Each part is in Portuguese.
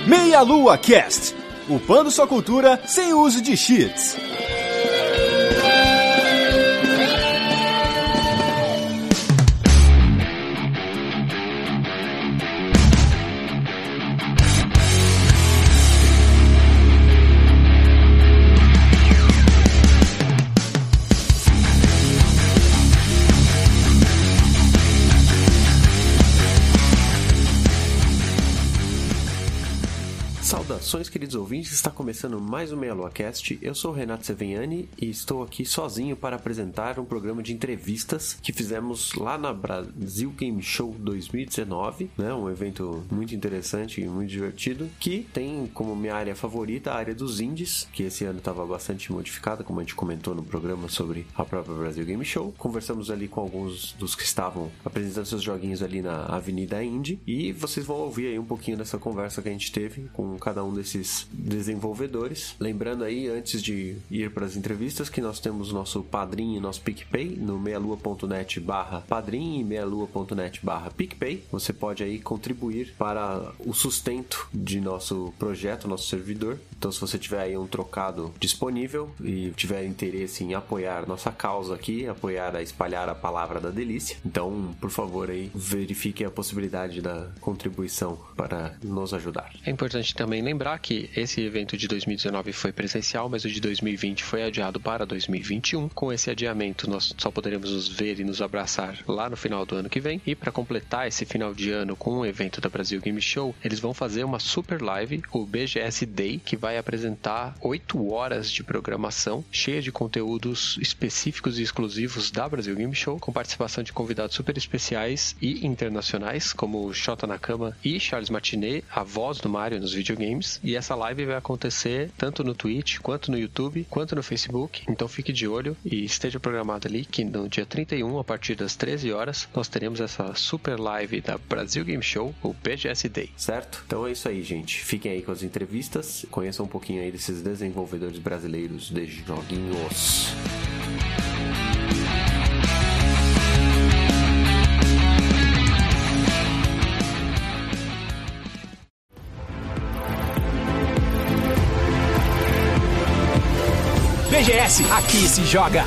Meia Lua Cast, upando sua cultura sem uso de cheats. Saudações, queridos ouvintes, está começando mais um Meia Lua Cast. Eu sou o Renato Seveniani e estou aqui sozinho para apresentar um programa de entrevistas que fizemos lá na Brasil Game Show 2019, né? Um evento muito interessante e muito divertido, que tem como minha área favorita a área dos indies, que esse ano estava bastante modificada, como a gente comentou no programa sobre a própria Brasil Game Show. Conversamos ali com alguns dos que estavam apresentando seus joguinhos ali na Avenida Indie e vocês vão ouvir aí um pouquinho dessa conversa que a gente teve com cada um desses desenvolvedores. Lembrando aí, antes de ir para as entrevistas, que nós temos nosso Padrim e nosso PicPay no meialua.net/padrim e meialua.net/PicPay. Você pode aí contribuir para o sustento de nosso projeto, nosso servidor. Então, se você tiver aí um trocado disponível e tiver interesse em apoiar nossa causa aqui, apoiar a espalhar a palavra da delícia, então, por favor, aí verifique a possibilidade da contribuição para nos ajudar. É importante também lembrar que esse evento de 2019 foi presencial, mas o de 2020 foi adiado para 2021. Com esse adiamento, nós só poderemos nos ver e nos abraçar lá no final do ano que vem. E para completar esse final de ano com o evento da Brasil Game Show, eles vão fazer uma super live, o BGS Day, que vai apresentar 8 horas de programação, cheia de conteúdos específicos e exclusivos da Brasil Game Show, com participação de convidados super especiais e internacionais, como Shota Nakama e Charles Martinet, a voz do Mario nos videogames. E essa live vai acontecer tanto no Twitch, quanto no YouTube, quanto no Facebook. Então fique de olho e esteja programado ali que no dia 31, a partir das 13 horas, nós teremos essa super live da Brasil Game Show, o BGS Day. Certo? Então é isso aí, gente. Fiquem aí com as entrevistas, conheçam um pouquinho aí desses desenvolvedores brasileiros de joguinhos. BGS, aqui se joga!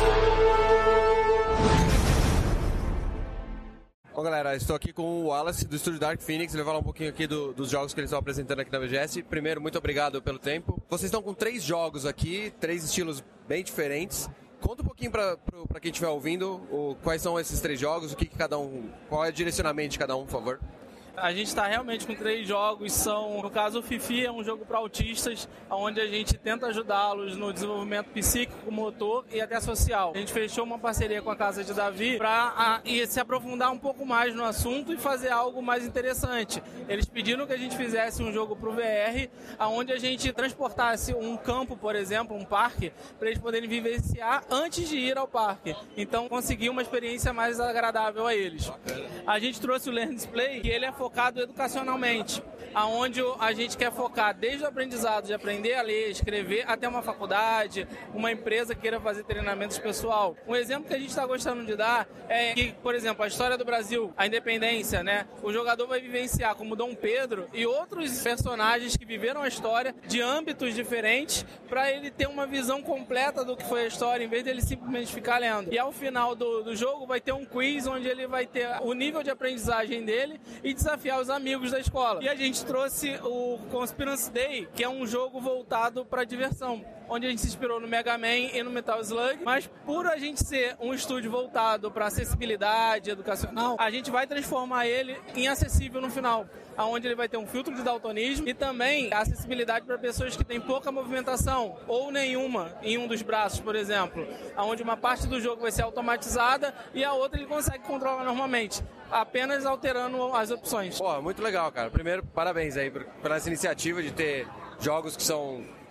Bom, galera, estou aqui com o Wallace do estúdio Dark Phoenix. Ele vai falar um pouquinho aqui dos jogos que eles estão apresentando aqui na BGS. Primeiro, muito obrigado pelo tempo. Vocês estão com 3 jogos aqui, 3 estilos bem diferentes. Conta um pouquinho pra quem estiver ouvindo quais são esses 3 jogos, qual é o direcionamento de cada um, por favor. A gente está realmente com 3 jogos, no caso o Fifi é um jogo para autistas, onde a gente tenta ajudá-los no desenvolvimento psíquico, motor e até social. A gente fechou uma parceria com a Casa de Davi para se aprofundar um pouco mais no assunto e fazer algo mais interessante. Eles pediram que a gente fizesse um jogo para o VR, onde a gente transportasse um campo, por exemplo, um parque, para eles poderem vivenciar antes de ir ao parque. Então conseguir uma experiência mais agradável a eles. A gente trouxe o Learn Display, que ele é focado educacionalmente, aonde a gente quer focar desde o aprendizado de aprender a ler, escrever, até uma faculdade, uma empresa que queira fazer treinamentos pessoal. Um exemplo que a gente está gostando de dar é que, por exemplo, a história do Brasil, a independência, né? O jogador vai vivenciar como Dom Pedro e outros personagens que viveram a história de âmbitos diferentes para ele ter uma visão completa do que foi a história, em vez de ele simplesmente ficar lendo. E ao final do jogo vai ter um quiz onde ele vai ter o nível de aprendizagem dele e desafiar os amigos da escola. E a gente trouxe o Conspiracy Day, que é um jogo voltado para diversão, onde a gente se inspirou no Mega Man e no Metal Slug, mas por a gente ser um estúdio voltado para acessibilidade educacional, a gente vai transformar ele em acessível no final, onde ele vai ter um filtro de daltonismo e também acessibilidade para pessoas que têm pouca movimentação ou nenhuma em um dos braços, por exemplo, onde uma parte do jogo vai ser automatizada e a outra ele consegue controlar normalmente, apenas alterando as opções. Pô, muito legal, cara. Primeiro, parabéns aí por essa iniciativa de ter jogos que são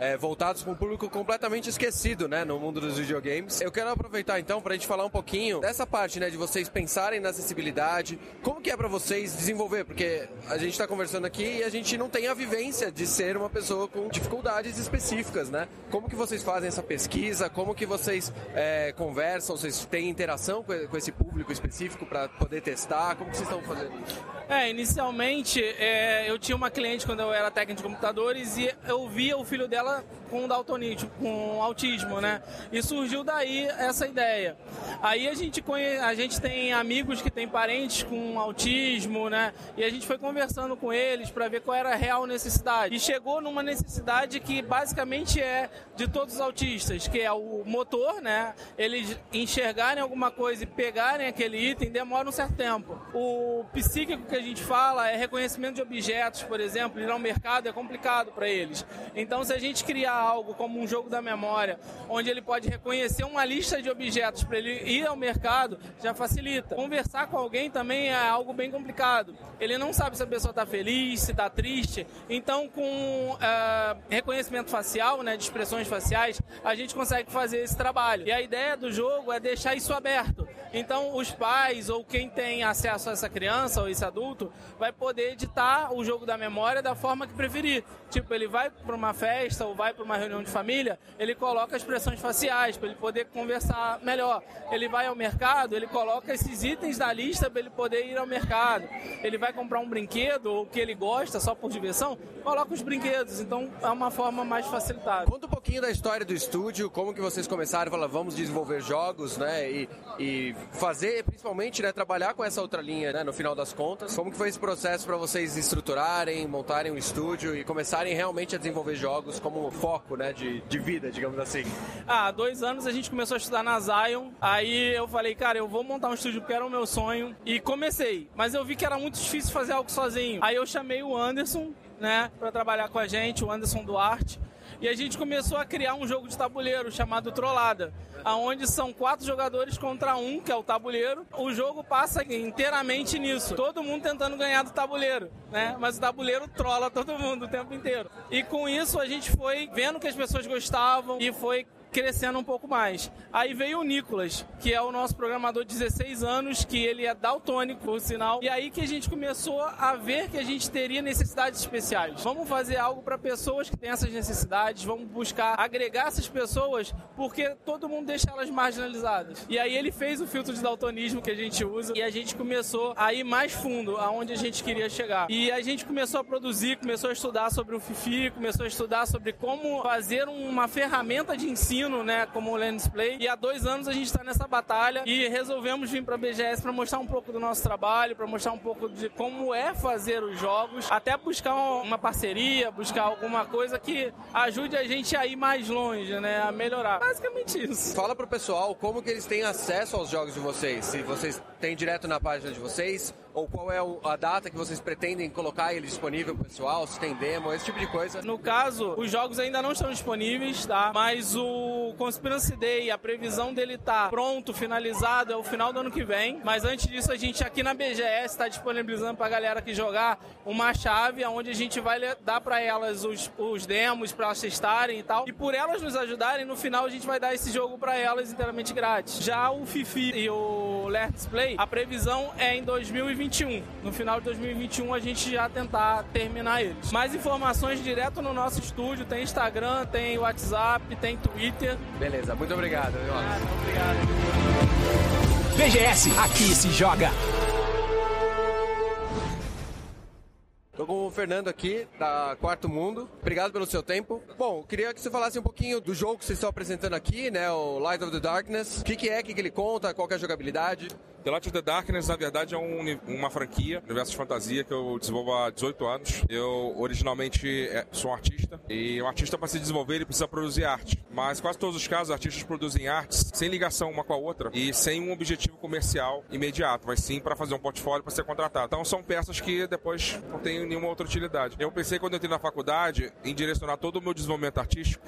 voltados para um público completamente esquecido, né, no mundo dos videogames. Eu quero aproveitar então para a gente falar um pouquinho dessa parte, né, de vocês pensarem na acessibilidade. Como que é para vocês desenvolver? Porque a gente está conversando aqui e a gente não tem a vivência de ser uma pessoa com dificuldades específicas, né? Como que vocês fazem essa pesquisa? Como que vocês conversam? Vocês têm interação com esse público específico para poder testar? Como que vocês estão fazendo isso? Inicialmente, eu tinha uma cliente quando eu era técnico de computadores e eu via o filho dela com daltonismo, com autismo, né? E surgiu daí essa ideia. Aí a gente tem amigos que têm parentes com autismo, né? E a gente foi conversando com eles para ver qual era a real necessidade. E chegou numa necessidade que basicamente é de todos os autistas, que é o motor, né? Eles enxergarem alguma coisa e pegarem aquele item demora um certo tempo. O psíquico que a gente fala é reconhecimento de objetos, por exemplo, ir ao mercado é complicado para eles. Então, se a gente criar algo como um jogo da memória, onde ele pode reconhecer uma lista de objetos para ele ir ao mercado, já facilita. Conversar com alguém também é algo bem complicado. Ele não sabe se a pessoa está feliz, se está triste. Então, com reconhecimento facial, né, de expressões faciais, a gente consegue fazer esse trabalho. E a ideia do jogo é deixar isso aberto. Então, os pais ou quem tem acesso a essa criança ou esse adulto vai poder editar o jogo da memória da forma que preferir. Tipo, ele vai para uma festa ou vai para uma reunião de família, ele coloca expressões faciais para ele poder conversar melhor. Ele vai ao mercado, ele coloca esses itens da lista para ele poder ir ao mercado. Ele vai comprar um brinquedo ou que ele gosta só por diversão, coloca os brinquedos. Então, é uma forma mais facilitada. Conta um pouquinho da história do estúdio, como que vocês começaram, falaram, vamos desenvolver jogos, né, e fazer, principalmente, né, trabalhar com essa outra linha, né, no final das contas. Como que foi esse processo para vocês estruturarem, montarem um estúdio e começarem realmente a desenvolver jogos como foco, né, de vida, digamos assim? Há 2 anos a gente começou a estudar na Zion, aí eu falei, cara, eu vou montar um estúdio porque era o meu sonho, e comecei, mas eu vi que era muito difícil fazer algo sozinho. Aí eu chamei o Anderson, né, para trabalhar com a gente, o Anderson Duarte, e a gente começou a criar um jogo de tabuleiro chamado Trollada, onde são 4 jogadores contra 1, que é o tabuleiro. O jogo passa inteiramente nisso. Todo mundo tentando ganhar do tabuleiro, né? Mas o tabuleiro trola todo mundo o tempo inteiro. E com isso a gente foi vendo que as pessoas gostavam e foi crescendo um pouco mais. Aí veio o Nicolas, que é o nosso programador de 16 anos, que ele é daltônico, por sinal. E aí que a gente começou a ver que a gente teria necessidades especiais. Vamos fazer algo para pessoas que têm essas necessidades, vamos buscar agregar essas pessoas, porque todo mundo deixa elas marginalizadas. E aí ele fez o filtro de daltonismo que a gente usa e a gente começou a ir mais fundo aonde a gente queria chegar. E a gente começou a produzir, começou a estudar sobre o Fifi, começou a estudar sobre como fazer uma ferramenta de ensino, né, como o Land Play, e há 2 anos a gente está nessa batalha e resolvemos vir para a BGS para mostrar um pouco do nosso trabalho, para mostrar um pouco de como é fazer os jogos, até buscar uma parceria, buscar alguma coisa que ajude a gente a ir mais longe, né, a melhorar. Basicamente isso. Fala pro pessoal como que eles têm acesso aos jogos de vocês, se vocês têm direto na página de vocês, ou qual é a data que vocês pretendem colocar ele disponível pro pessoal, se tem demo, esse tipo de coisa. No caso, os jogos ainda não estão disponíveis, tá? Mas o Conspiracy Day, a previsão dele tá pronto, finalizado, é o final do ano que vem. Mas antes disso, a gente aqui na BGS está disponibilizando pra galera que jogar uma chave, onde a gente vai dar pra elas os demos, pra elas testarem e tal. E por elas nos ajudarem, no final a gente vai dar esse jogo pra elas inteiramente grátis. Já o Fifi e o Let's Play, a previsão é em 2021. No final de 2021 a gente já tentar terminar eles. Mais informações direto no nosso estúdio, tem Instagram, tem WhatsApp, tem Twitter. Beleza, muito obrigado. Obrigado. BGS, aqui se joga. Estou com o Fernando aqui, da Quarto Mundo. Obrigado pelo seu tempo. Bom, queria que você falasse um pouquinho do jogo que vocês estão apresentando aqui, né? O Light of the Darkness. O que é, o que ele conta, qual que é a jogabilidade? The Light of the Darkness, na verdade, é uma franquia, universo de fantasia, que eu desenvolvo há 18 anos. Eu, originalmente, sou um artista, e um artista, para se desenvolver, ele precisa produzir arte. Mas, quase todos os casos, artistas produzem artes sem ligação uma com a outra e sem um objetivo comercial imediato, mas sim para fazer um portfólio para ser contratado. Então, são peças que depois não têm nenhuma outra utilidade. Eu pensei, quando eu entrei na faculdade, em direcionar todo o meu desenvolvimento artístico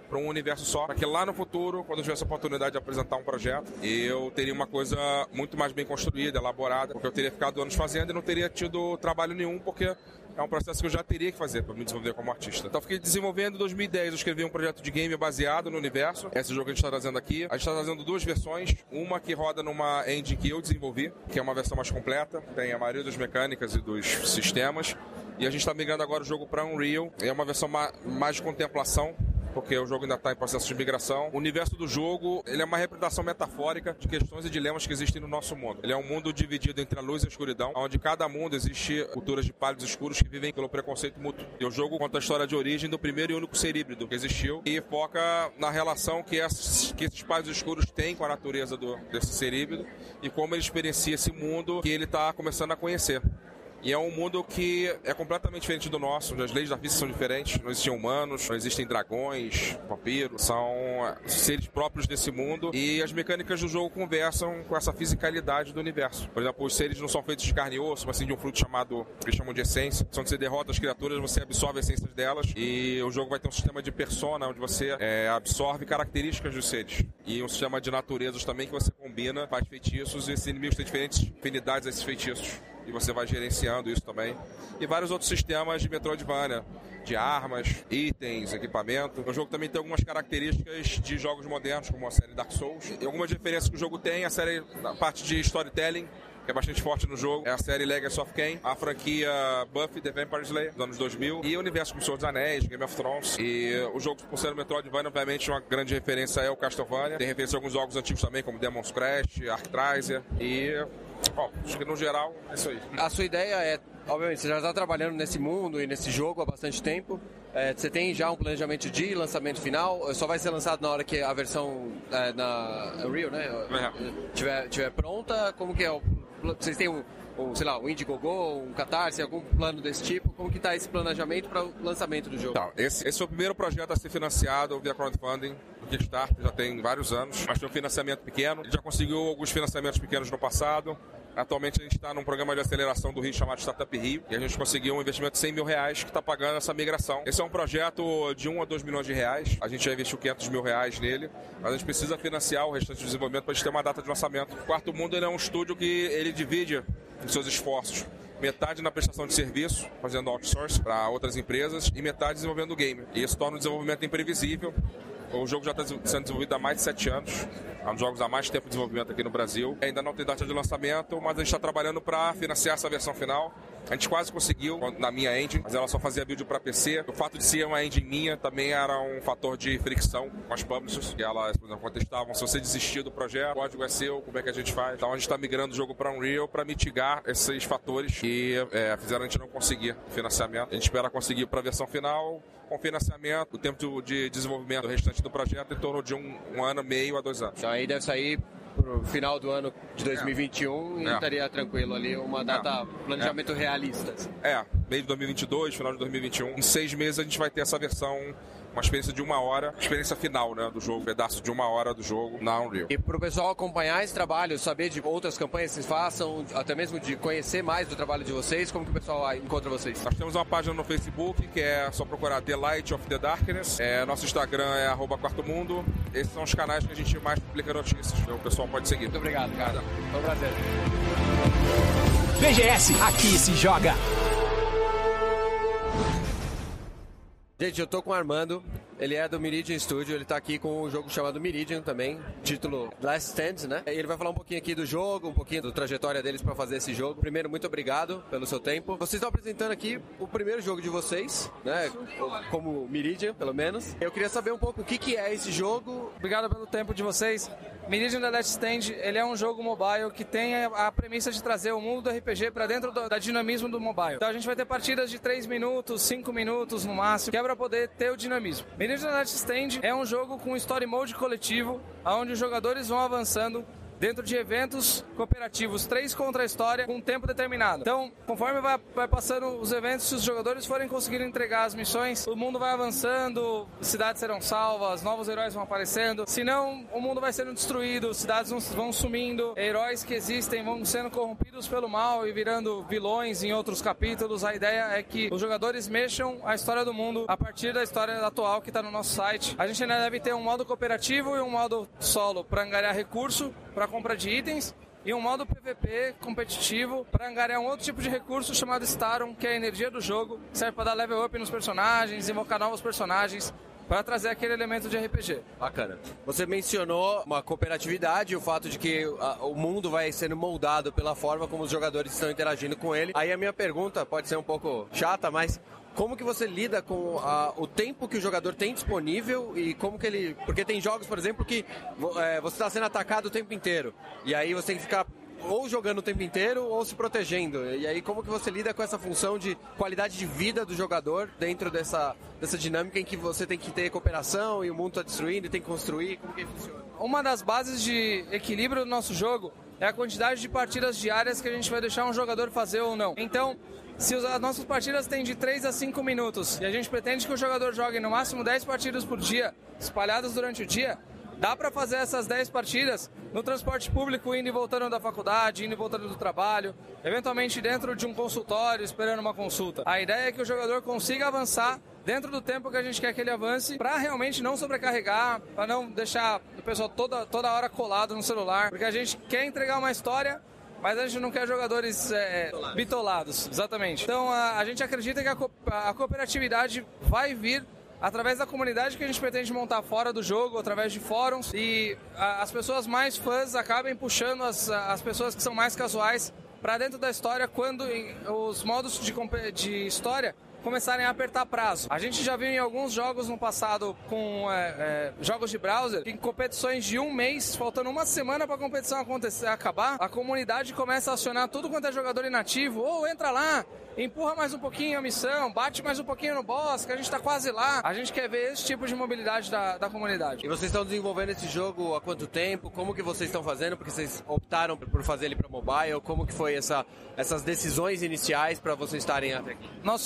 para um universo só, para que lá no futuro, quando eu tivesse a oportunidade de apresentar um projeto, eu teria uma coisa muito mais bem construída, elaborada, porque eu teria ficado anos fazendo e não teria tido trabalho nenhum, porque é um processo que eu já teria que fazer para me desenvolver como artista. Então, fiquei desenvolvendo em 2010. Eu escrevi um projeto de game baseado no universo. Esse jogo que a gente está trazendo aqui. A gente está trazendo duas versões. Uma que roda numa engine que eu desenvolvi, que é uma versão mais completa. Tem a maioria das mecânicas e dos sistemas. E a gente está migrando agora o jogo para Unreal. É uma versão mais de contemplação, porque o jogo ainda está em processo de migração. O universo do jogo, ele é uma representação metafórica de questões e dilemas que existem no nosso mundo. Ele é um mundo dividido entre a luz e a escuridão, onde cada mundo existe culturas de pálidos escuros que vivem pelo preconceito mútuo. E o jogo conta a história de origem do primeiro e único ser híbrido que existiu e foca na relação que esses pálidos escuros têm com a natureza desse ser híbrido e como ele experiencia esse mundo que ele está começando a conhecer. E é um mundo que é completamente diferente do nosso. As leis da física são diferentes. Não existem humanos, não existem dragões, vampiros. São seres próprios desse mundo. E as mecânicas do jogo conversam com essa fisicalidade do universo. Por exemplo, os seres não são feitos de carne e osso, mas sim de um fruto chamado, que eles chamam de essência. São que você derrota as criaturas, você absorve a essência delas. E o jogo vai ter um sistema de persona, onde você absorve características dos seres. E um sistema de naturezas também que você combina, faz feitiços. E esses inimigos têm diferentes afinidades a esses feitiços. E você vai gerenciando isso também. E vários outros sistemas de Metroidvania, de armas, itens, equipamento. O jogo também tem algumas características de jogos modernos, como a série Dark Souls. E algumas diferenças que o jogo tem, a série, na parte de storytelling, que é bastante forte no jogo, é a série Legacy of Kain, a franquia Buffy the Vampire Slayer, dos anos 2000, e o universo como Senhor dos Anéis, Game of Thrones. E o jogo, por ser o Metroidvania, obviamente, uma grande referência é o Castlevania. Tem referência a alguns jogos antigos também, como Demon's Crest, Arctriser e... Bom, acho que no geral é isso aí. A sua ideia é, obviamente, você já está trabalhando nesse mundo e nesse jogo há bastante tempo. Você tem já um planejamento de lançamento final? Só vai ser lançado na hora que a versão na Unreal, né? Tiver pronta? Como que é? Vocês têm sei lá, um Indiegogo, um Catarse, algum plano desse tipo? Como que está esse planejamento para o lançamento do jogo? Então, esse foi o primeiro projeto a ser financiado via crowdfunding. Kickstarter já tem vários anos, mas tem um financiamento pequeno. A gente já conseguiu alguns financiamentos pequenos no passado. Atualmente a gente está num programa de aceleração do Rio chamado Startup Rio e a gente conseguiu um investimento de 100 mil reais que está pagando essa migração. Esse é um projeto de 1 a 2 milhões de reais. A gente já investiu 500 mil reais nele, mas a gente precisa financiar o restante do desenvolvimento para a gente ter uma data de lançamento. O Quarto Mundo ele é um estúdio que ele divide os seus esforços. Metade na prestação de serviço, fazendo outsource para outras empresas, e metade desenvolvendo o game. E isso torna o desenvolvimento imprevisível. O jogo já está sendo desenvolvido há mais de 7 anos. É um dos jogos há mais tempo de desenvolvimento aqui no Brasil. Ainda não tem data de lançamento, mas a gente está trabalhando para financiar essa versão final. A gente quase conseguiu na minha engine, mas ela só fazia build para PC. O fato de ser uma engine minha também era um fator de fricção com as publishers. E elas, por exemplo, contestavam: se você desistir do projeto, o código é seu, como é que a gente faz? Então a gente está migrando o jogo para Unreal para mitigar esses fatores que fizeram a gente não conseguir financiamento. A gente espera conseguir para a versão final, com financiamento, o tempo de desenvolvimento do restante do projeto em torno de um ano e meio a 2 anos. Então aí deve sair pro final do ano de 2021 e estaria tranquilo ali, uma data, planejamento realista. Meio de 2022, final de 2021. Em 6 meses a gente vai ter essa versão, uma experiência de 1 hora, experiência final, né, do jogo, um pedaço de 1 hora do jogo na Unreal. E pro pessoal acompanhar esse trabalho, saber de outras campanhas que vocês façam, até mesmo de conhecer mais do trabalho de vocês, como que o pessoal encontra vocês? Nós temos uma página no Facebook, que é só procurar The Light of the Darkness. Nosso Instagram é @quartomundo. Esses são os canais que a gente mais publica notícias, então o pessoal pode seguir. Muito obrigado, cara. Foi um prazer. BGS, aqui se joga! Gente, eu tô com o Armando, ele é do Meridian Studio, ele tá aqui com um jogo chamado Meridian também, título Last Stand, né? E ele vai falar um pouquinho aqui do jogo, um pouquinho da trajetória deles pra fazer esse jogo. Primeiro, muito obrigado pelo seu tempo. Vocês estão apresentando aqui o primeiro jogo de vocês, né? Como Meridian, pelo menos. Eu queria saber um pouco o que é esse jogo. Obrigado pelo tempo de vocês. Meridian The Last Stand, ele é um jogo mobile que tem a premissa de trazer o mundo do RPG pra dentro da dinamismo do mobile. Então a gente vai ter partidas de 3 minutos, 5 minutos no máximo, que é pra poder ter o dinamismo. Meridian The Last Stand é um jogo com story mode coletivo, onde os jogadores vão avançando dentro de eventos cooperativos, 3 contra a história, com um tempo determinado. Então, conforme vai passando os eventos, se os jogadores forem conseguindo entregar as missões, o mundo vai avançando, cidades serão salvas, novos heróis vão aparecendo, senão o mundo vai sendo destruído, cidades vão sumindo, heróis que existem vão sendo corrompidos pelo mal e virando vilões em outros capítulos. A ideia é que os jogadores mexam a história do mundo a partir da história atual que está no nosso site. A gente ainda deve ter um modo cooperativo e um modo solo para angariar recurso, para compra de itens, e um modo PVP competitivo para angariar um outro tipo de recurso chamado Staron, que é a energia do jogo, que serve para dar level up nos personagens, invocar novos personagens, para trazer aquele elemento de RPG. Bacana. Você mencionou uma cooperatividade, o fato de que o mundo vai sendo moldado pela forma como os jogadores estão interagindo com ele. Aí a minha pergunta pode ser um pouco chata, mas como que você lida com o tempo que o jogador tem disponível e como que ele... Porque tem jogos, por exemplo, que você está sendo atacado o tempo inteiro. E aí você tem que ficar ou jogando o tempo inteiro ou se protegendo. E aí como que você lida com essa função de qualidade de vida do jogador dentro dessa dinâmica em que você tem que ter cooperação e o mundo está destruindo e tem que construir? Como que funciona? Uma das bases de equilíbrio do nosso jogo é a quantidade de partidas diárias que a gente vai deixar um jogador fazer ou não. Então, se as nossas partidas têm de 3 a 5 minutos e a gente pretende que o jogador jogue no máximo 10 partidas por dia, espalhadas durante o dia, dá para fazer essas 10 partidas no transporte público, indo e voltando da faculdade, indo e voltando do trabalho, eventualmente dentro de um consultório, esperando uma consulta. A ideia é que o jogador consiga avançar dentro do tempo que a gente quer que ele avance, para realmente não sobrecarregar, para não deixar o pessoal toda hora colado no celular, porque a gente quer entregar uma história, mas a gente não quer jogadores bitolados, exatamente. Então a gente acredita que a cooperatividade vai vir através da comunidade que a gente pretende montar fora do jogo, através de fóruns, e as pessoas mais fãs acabem puxando as pessoas que são mais casuais para dentro da história quando os modos de história começarem a apertar prazo. A gente já viu em alguns jogos no passado com jogos de browser, em competições de um mês, faltando uma semana para a competição acabar, a comunidade começa a acionar tudo quanto é jogador inativo, ou entra lá, empurra mais um pouquinho a missão, bate mais um pouquinho no boss, que a gente tá quase lá. A gente quer ver esse tipo de mobilidade da comunidade. E vocês estão desenvolvendo esse jogo há quanto tempo? Como que vocês estão fazendo? Porque vocês optaram por fazer ele para mobile. Como que foi essas decisões iniciais para vocês estarem até aqui? Nós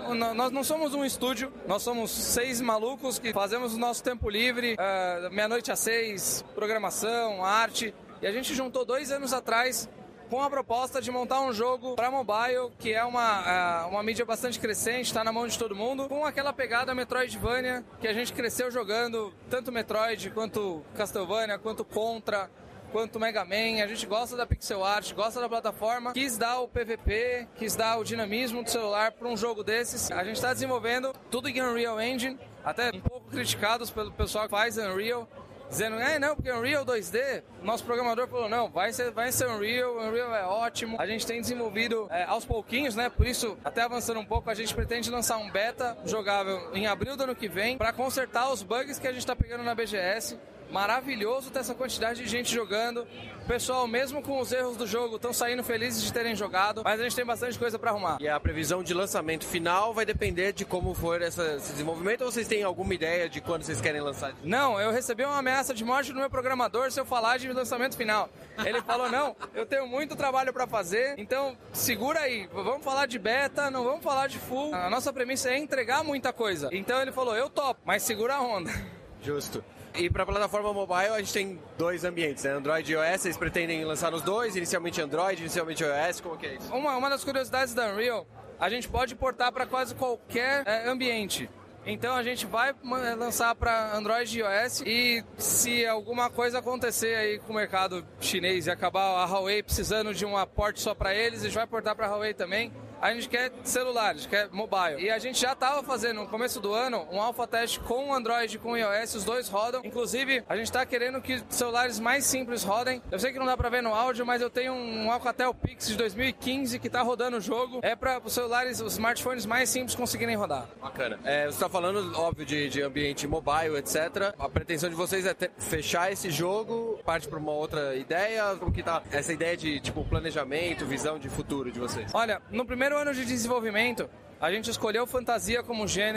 não somos um estúdio, nós somos 6 malucos que fazemos o nosso tempo livre, meia-noite às 6, programação, arte. E a gente juntou 2 anos atrás com a proposta de montar um jogo para mobile, que é uma mídia bastante crescente, está na mão de todo mundo, com aquela pegada Metroidvania que a gente cresceu jogando, tanto Metroid, quanto Castlevania, quanto Contra, quanto Mega Man. A gente gosta da pixel art, gosta da plataforma, quis dar o PVP, quis dar o dinamismo do celular para um jogo desses. A gente está desenvolvendo tudo em Unreal Engine, até um pouco criticados pelo pessoal que faz Unreal, dizendo, não, porque Unreal 2D, nosso programador falou, não, vai ser Unreal é ótimo. A gente tem desenvolvido aos pouquinhos, né, por isso, até avançando um pouco, a gente pretende lançar um beta jogável em abril do ano que vem, para consertar os bugs que a gente está pegando na BGS. Maravilhoso ter essa quantidade de gente jogando. O pessoal, mesmo com os erros do jogo, estão saindo felizes de terem jogado, mas a gente tem bastante coisa para arrumar. E a previsão de lançamento final vai depender de como for esse desenvolvimento, ou vocês têm alguma ideia de quando vocês querem lançar? Não, eu recebi uma ameaça de morte do meu programador se eu falar de lançamento final. Ele falou, não, eu tenho muito trabalho para fazer, então segura aí, vamos falar de beta, não vamos falar de full. A nossa premissa é entregar muita coisa. Então ele falou, eu topo, mas segura a onda. Justo. E para a plataforma mobile a gente tem 2 ambientes, né? Android e iOS, vocês pretendem lançar nos dois? Inicialmente Android, inicialmente iOS, como que é isso? Uma das curiosidades da Unreal, a gente pode portar para quase qualquer ambiente. Então a gente vai lançar para Android e iOS, e se alguma coisa acontecer aí com o mercado chinês e acabar a Huawei precisando de uma port só para eles, a gente vai portar para a Huawei também. A gente quer celular, a gente quer mobile. E a gente já estava fazendo, no começo do ano, um alpha teste com o Android e com o iOS, os dois rodam. Inclusive, a gente está querendo que celulares mais simples rodem. Eu sei que não dá para ver no áudio, mas eu tenho um Alcatel Pix de 2015 que está rodando o jogo. É para os celulares, os smartphones mais simples conseguirem rodar. Bacana. Você está falando, óbvio, de ambiente mobile, etc. A pretensão de vocês é fechar esse jogo, parte para uma outra ideia? Como que tá essa ideia de, tipo, planejamento, visão de futuro de vocês? Olha, no primeiro ano de desenvolvimento, a gente escolheu fantasia como gênero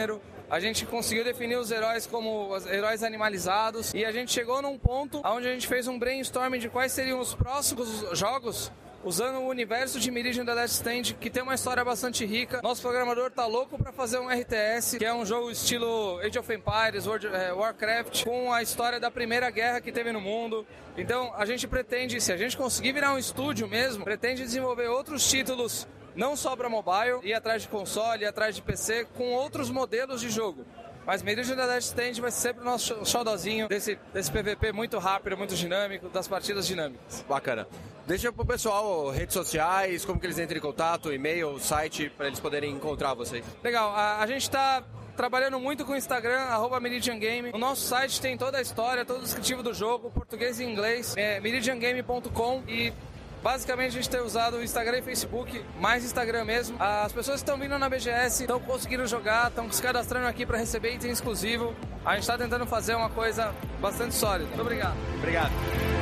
a gente conseguiu definir os heróis como os heróis animalizados e a gente chegou num ponto onde a gente fez um brainstorming de quais seriam os próximos jogos usando o universo de Meridian The Last Stand, que tem uma história bastante rica. Nosso programador tá louco pra fazer um RTS, que é um jogo estilo Age of Empires, Warcraft, com a história da Primeira Guerra que teve no mundo. Então, a gente pretende, se a gente conseguir virar um estúdio mesmo, pretende desenvolver outros títulos, não só pra mobile, ir atrás de console, ir atrás de PC, com outros modelos de jogo. Mas Meridian The Last Stand vai ser sempre o nosso xodózinho desse PVP muito rápido, muito dinâmico, das partidas dinâmicas. Bacana. Deixa pro pessoal redes sociais, como que eles entram em contato, e-mail, site, para eles poderem encontrar vocês. Legal, a gente tá trabalhando muito com o Instagram, @MeridianGame. No nosso site tem toda a história, todo o descritivo do jogo, português e inglês, meridiangame.com, e basicamente a gente tem usado o Instagram e Facebook, mais Instagram mesmo. As pessoas que estão vindo na BGS estão conseguindo jogar, estão se cadastrando aqui para receber item exclusivo. A gente está tentando fazer uma coisa bastante sólida. Muito obrigado. Obrigado.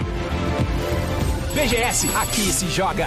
BGS, aqui se joga.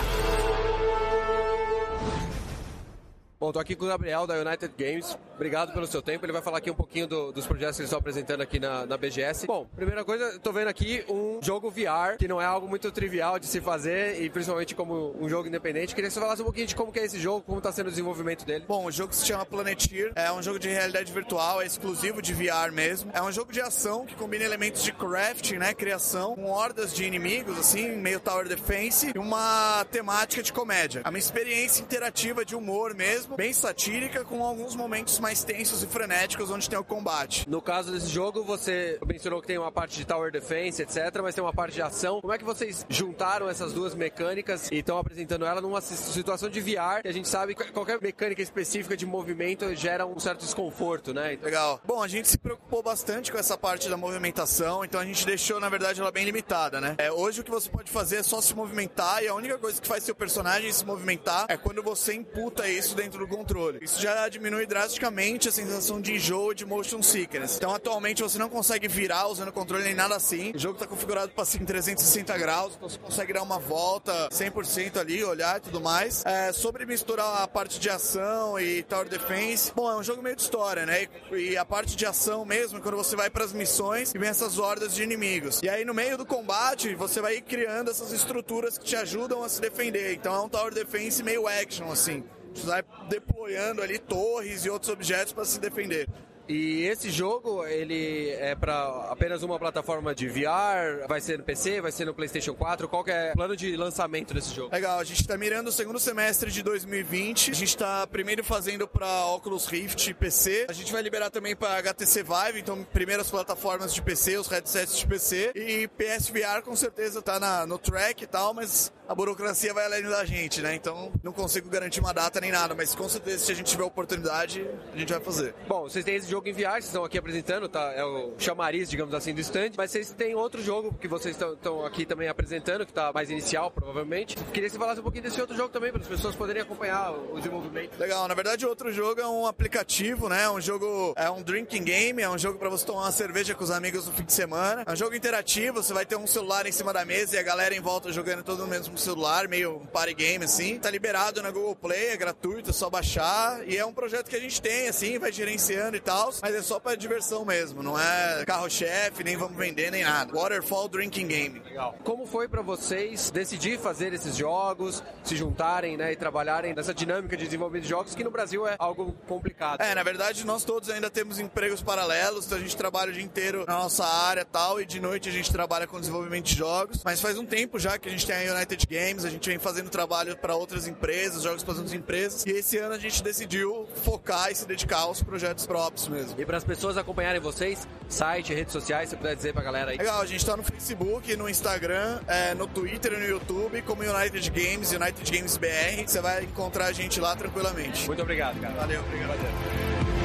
Bom, tô aqui com o Gabriel da United Games. Obrigado pelo seu tempo. Ele vai falar aqui um pouquinho dos projetos que eles estão apresentando aqui na BGS. Bom, primeira coisa, tô vendo aqui um jogo VR, que não é algo muito trivial de se fazer, e principalmente como um jogo independente. Queria que você falasse um pouquinho de como que é esse jogo, como tá sendo o desenvolvimento dele. Bom, o jogo se chama Planeteer, é um jogo de realidade virtual, é exclusivo de VR mesmo. É um jogo de ação que combina elementos de crafting, né, criação, com hordas de inimigos, assim, meio Tower Defense, e uma temática de comédia. É uma experiência interativa de humor mesmo, bem satírica, com alguns momentos mais tensos e frenéticos onde tem o combate. No caso desse jogo, você mencionou que tem uma parte de Tower Defense, etc, mas tem uma parte de ação. Como é que vocês juntaram essas duas mecânicas e estão apresentando ela numa situação de VR, que a gente sabe que qualquer mecânica específica de movimento gera um certo desconforto, né? Legal. Bom, a gente se preocupou bastante com essa parte da movimentação, então a gente deixou, na verdade, ela bem limitada, né? Hoje o que você pode fazer é só se movimentar, e a única coisa que faz seu personagem se movimentar é quando você imputa isso dentro do controle. Isso já diminui drasticamente a sensação de enjoo de motion sickness. Então, atualmente, você não consegue virar usando o controle nem nada assim. O jogo está configurado para assim, 360 graus, então você consegue dar uma volta 100% ali, olhar e tudo mais. Sobre misturar a parte de ação e Tower Defense, bom, é um jogo meio de história, né? E a parte de ação mesmo, quando você vai para as missões e vem essas hordas de inimigos. E aí, no meio do combate, você vai criando essas estruturas que te ajudam a se defender. Então, é um Tower Defense meio action, assim. Você vai deployando ali torres e outros objetos para se defender. E esse jogo, ele é para apenas uma plataforma de VR? Vai ser no PC? Vai ser no PlayStation 4? Qual que é o plano de lançamento desse jogo? Legal, a gente tá mirando o segundo semestre de 2020. A gente tá primeiro fazendo para Oculus Rift e PC. A gente vai liberar também para HTC Vive, então primeiras plataformas de PC, os headsets de PC. E PSVR com certeza tá no track e tal, mas a burocracia vai além da gente, né? Então não consigo garantir uma data nem nada, mas com certeza se a gente tiver oportunidade, a gente vai fazer. Bom, vocês têm esse jogo em VR, vocês estão aqui apresentando, tá? É o chamariz, digamos assim, do stand, mas vocês têm outro jogo que vocês estão aqui também apresentando, que tá mais inicial, provavelmente. Queria que você falasse um pouquinho desse outro jogo também, para as pessoas poderem acompanhar o desenvolvimento. Legal, na verdade o outro jogo é um aplicativo, né? É um drinking game, é um jogo para você tomar uma cerveja com os amigos no fim de semana. É um jogo interativo, você vai ter um celular em cima da mesa e a galera em volta jogando todo no mesmo celular, meio um party game, assim. Tá liberado na Google Play, é gratuito, é só baixar, e é um projeto que a gente tem, assim, vai gerenciando e tal, mas é só pra diversão mesmo, não é carro-chefe, nem vamos vender, nem nada. Waterfall Drinking Game. Legal. Como foi pra vocês decidir fazer esses jogos, se juntarem, né, e trabalharem nessa dinâmica de desenvolvimento de jogos, que no Brasil é algo complicado? Na verdade, nós todos ainda temos empregos paralelos, então a gente trabalha o dia inteiro na nossa área e tal, e de noite a gente trabalha com desenvolvimento de jogos, mas faz um tempo já que a gente tem a United Games, a gente vem fazendo trabalho para outras empresas, jogos para outras empresas, e esse ano a gente decidiu focar e se dedicar aos projetos próprios mesmo. E para as pessoas acompanharem vocês, site, redes sociais, você puder dizer pra galera aí? Legal, a gente tá no Facebook, no Instagram, no Twitter e no YouTube, como United Games, United Games BR, você vai encontrar a gente lá tranquilamente. Muito obrigado, cara. Valeu, obrigado.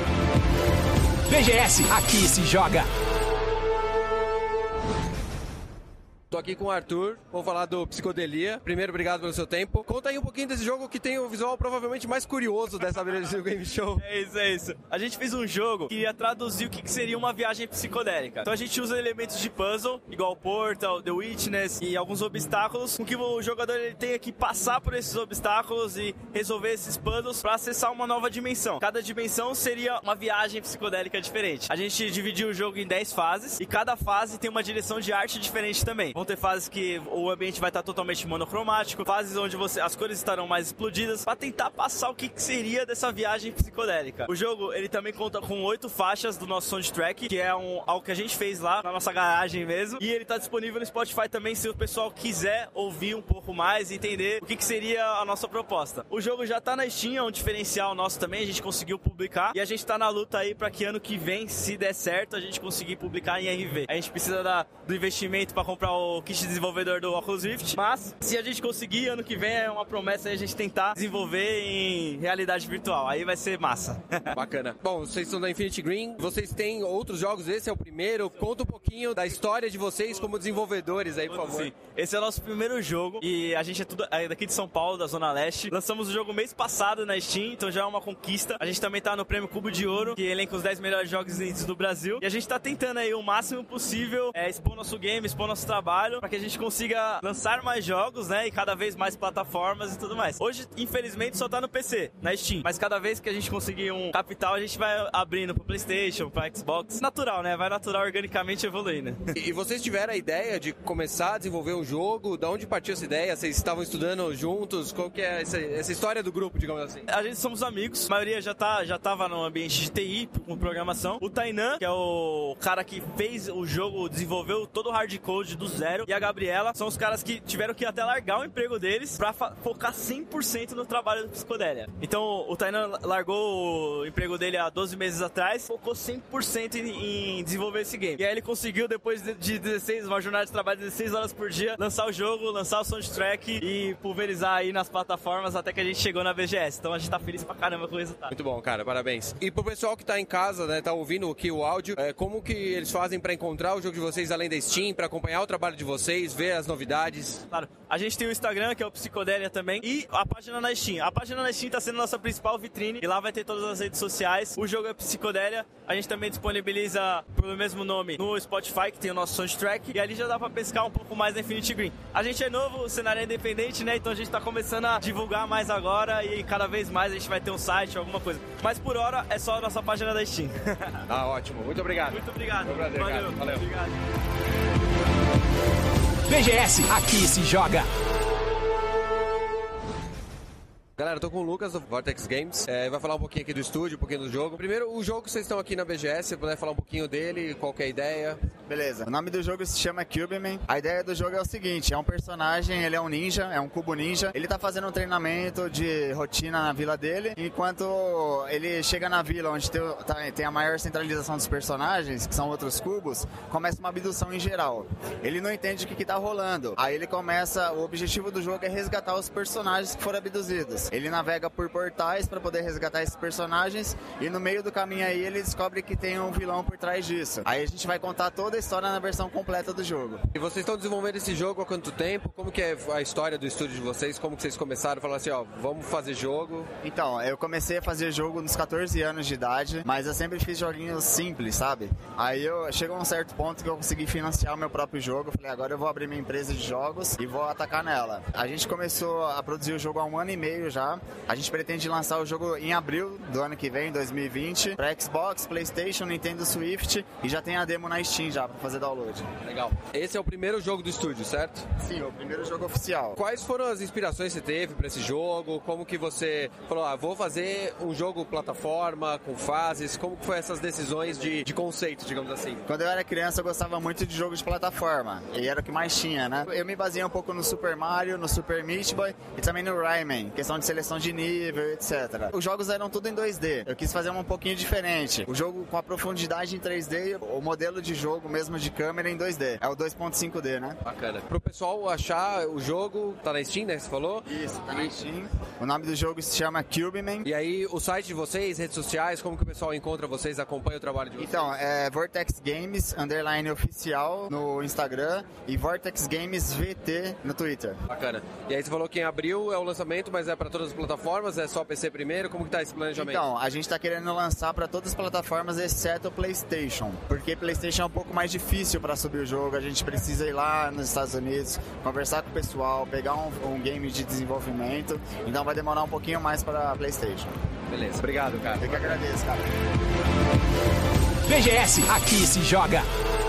BGS, aqui se joga. Tô aqui com o Arthur, vamos falar do Psicodelia. Primeiro, obrigado pelo seu tempo. Conta aí um pouquinho desse jogo que tem o visual provavelmente mais curioso dessa Brasil Game Show. É isso. A gente fez um jogo que ia traduzir o que seria uma viagem psicodélica. Então a gente usa elementos de puzzle, igual Portal, The Witness e alguns obstáculos, com que o jogador ele tenha que passar por esses obstáculos e resolver esses puzzles para acessar uma nova dimensão. Cada dimensão seria uma viagem psicodélica diferente. A gente dividiu o jogo em 10 fases e cada fase tem uma direção de arte diferente também. Vão ter fases que o ambiente vai estar totalmente monocromático, fases onde as cores estarão mais explodidas, para tentar passar o que seria dessa viagem psicodélica. O jogo, ele também conta com 8 faixas do nosso soundtrack, que é algo que a gente fez lá na nossa garagem mesmo, e ele está disponível no Spotify também, se o pessoal quiser ouvir um pouco mais e entender o que seria a nossa proposta. O jogo já está na Steam, é um diferencial nosso também, a gente conseguiu publicar, e a gente está na luta aí para que ano que vem, se der certo, a gente conseguir publicar em RV. A gente precisa do investimento para comprar o kit de desenvolvedor do Oculus Rift, mas se a gente conseguir, ano que vem é uma promessa aí a gente tentar desenvolver em realidade virtual, aí vai ser massa. Bacana. Bom, vocês são da Infinity Green, vocês têm outros jogos, esse é o primeiro, conta um pouquinho da história de vocês como desenvolvedores aí, por favor. Sim. Esse é o nosso primeiro jogo e a gente é daqui de São Paulo, da Zona Leste. Lançamos o jogo mês passado na Steam, então já é uma conquista. A gente também tá no Prêmio Cubo de Ouro, que elenca os 10 melhores jogos indies do Brasil, e a gente tá tentando aí o máximo possível expor nosso game, expor nosso trabalho, para que a gente consiga lançar mais jogos, né, e cada vez mais plataformas e tudo mais. Hoje, infelizmente, só tá no PC, na Steam, mas cada vez que a gente conseguir um capital, a gente vai abrindo pro PlayStation, pro Xbox. Natural, né? Vai natural, organicamente evoluindo. E vocês tiveram a ideia de começar a desenvolver um jogo? Da onde partiu essa ideia? Vocês estavam estudando juntos? Qual que é essa história do grupo, digamos assim? A gente somos amigos, a maioria já tava no ambiente de TI, com programação. O Tainan, que é o cara que fez o jogo, desenvolveu todo o hardcode do zero, e a Gabriela são os caras que tiveram que até largar o emprego deles pra focar 100% no trabalho do Psicodelia. Então o Tainan largou o emprego dele há 12 meses atrás, focou 100% em desenvolver esse game. E aí ele conseguiu, depois de uma jornada de trabalho de 16 horas por dia, lançar o jogo, lançar o soundtrack e pulverizar aí nas plataformas até que a gente chegou na BGS. Então a gente tá feliz pra caramba com o resultado. Muito bom, cara, parabéns. E pro pessoal que tá em casa, né, tá ouvindo aqui o áudio, como que eles fazem pra encontrar o jogo de vocês além da Steam, pra acompanhar o trabalho de vocês, ver as novidades? Claro, a gente tem o Instagram, que é o Psicodelia também, e a página na Steam. A página na Steam tá sendo a nossa principal vitrine, e lá vai ter todas as redes sociais. O jogo é Psicodelia, a gente também disponibiliza pelo mesmo nome no Spotify, que tem o nosso soundtrack, e ali já dá pra pescar um pouco mais na Infinity Green. A gente é novo, o cenário é independente, né, então a gente tá começando a divulgar mais agora, e cada vez mais a gente vai ter um site, alguma coisa. Mas por hora é só a nossa página da Steam. Ah, ótimo, muito obrigado. Muito obrigado. Prazer, valeu. Valeu. Obrigado. BGS, aqui se joga. Galera, eu tô com o Lucas do Vortex Games, vai falar um pouquinho aqui do estúdio, um pouquinho do jogo. Primeiro, o jogo que vocês estão aqui na BGS, se puder falar um pouquinho dele, qual que é a ideia? Beleza, o nome do jogo se chama Cubeman. A ideia do jogo é o seguinte, é um personagem, ele é um ninja, é um cubo ninja. Ele tá fazendo um treinamento de rotina na vila dele, enquanto ele chega na vila onde tem a maior centralização dos personagens, que são outros cubos, começa uma abdução em geral. Ele não entende o que tá rolando. Aí ele começa, o objetivo do jogo é resgatar os personagens que foram abduzidos. Ele navega por portais para poder resgatar esses personagens e no meio do caminho aí ele descobre que tem um vilão por trás disso. Aí a gente vai contar toda a história na versão completa do jogo. E vocês estão desenvolvendo esse jogo há quanto tempo? Como que é a história do estúdio de vocês? Como que vocês começaram a falar assim, ó, vamos fazer jogo? Então, eu comecei a fazer jogo nos 14 anos de idade, mas eu sempre fiz joguinhos simples, sabe? Aí chegou a um certo ponto que eu consegui financiar o meu próprio jogo. Falei, agora eu vou abrir minha empresa de jogos e vou atacar nela. A gente começou a produzir o jogo há 1 ano e meio já. A gente pretende lançar o jogo em abril do ano que vem, 2020, para Xbox, PlayStation, Nintendo Switch e já tem a demo na Steam já para fazer download. Legal. Esse é o primeiro jogo do estúdio, certo? Sim, o primeiro jogo oficial. Quais foram as inspirações que você teve para esse jogo? Como que você falou, vou fazer um jogo plataforma com fases? Como que foi essas decisões de conceito, digamos assim? Quando eu era criança eu gostava muito de jogo de plataforma e era o que mais tinha, né? Eu me baseei um pouco no Super Mario, no Super Meat Boy e também no Rayman, questão de seleção de nível, etc. Os jogos eram tudo em 2D. Eu quis fazer um pouquinho diferente. O jogo com a profundidade em 3D, o modelo de jogo mesmo de câmera em 2D. É o 2.5D, né? Bacana. Pro pessoal achar o jogo, tá na Steam, né? Você falou? Isso, tá na Steam. O nome do jogo se chama Cubeman. E aí, o site de vocês, redes sociais, como que o pessoal encontra vocês, acompanha o trabalho de vocês? Então, é Vortex Games, _oficial no Instagram e Vortex Games VT no Twitter. Bacana. E aí você falou que em abril é o lançamento, mas é para todas as plataformas, é só PC primeiro, como que tá esse planejamento? Então, a gente tá querendo lançar para todas as plataformas, exceto o PlayStation, porque PlayStation é um pouco mais difícil para subir o jogo, a gente precisa ir lá nos Estados Unidos, conversar com o pessoal, pegar um game de desenvolvimento, então vai demorar um pouquinho mais para PlayStation. Beleza, obrigado, cara. Eu que agradeço, cara. BGS, aqui se joga.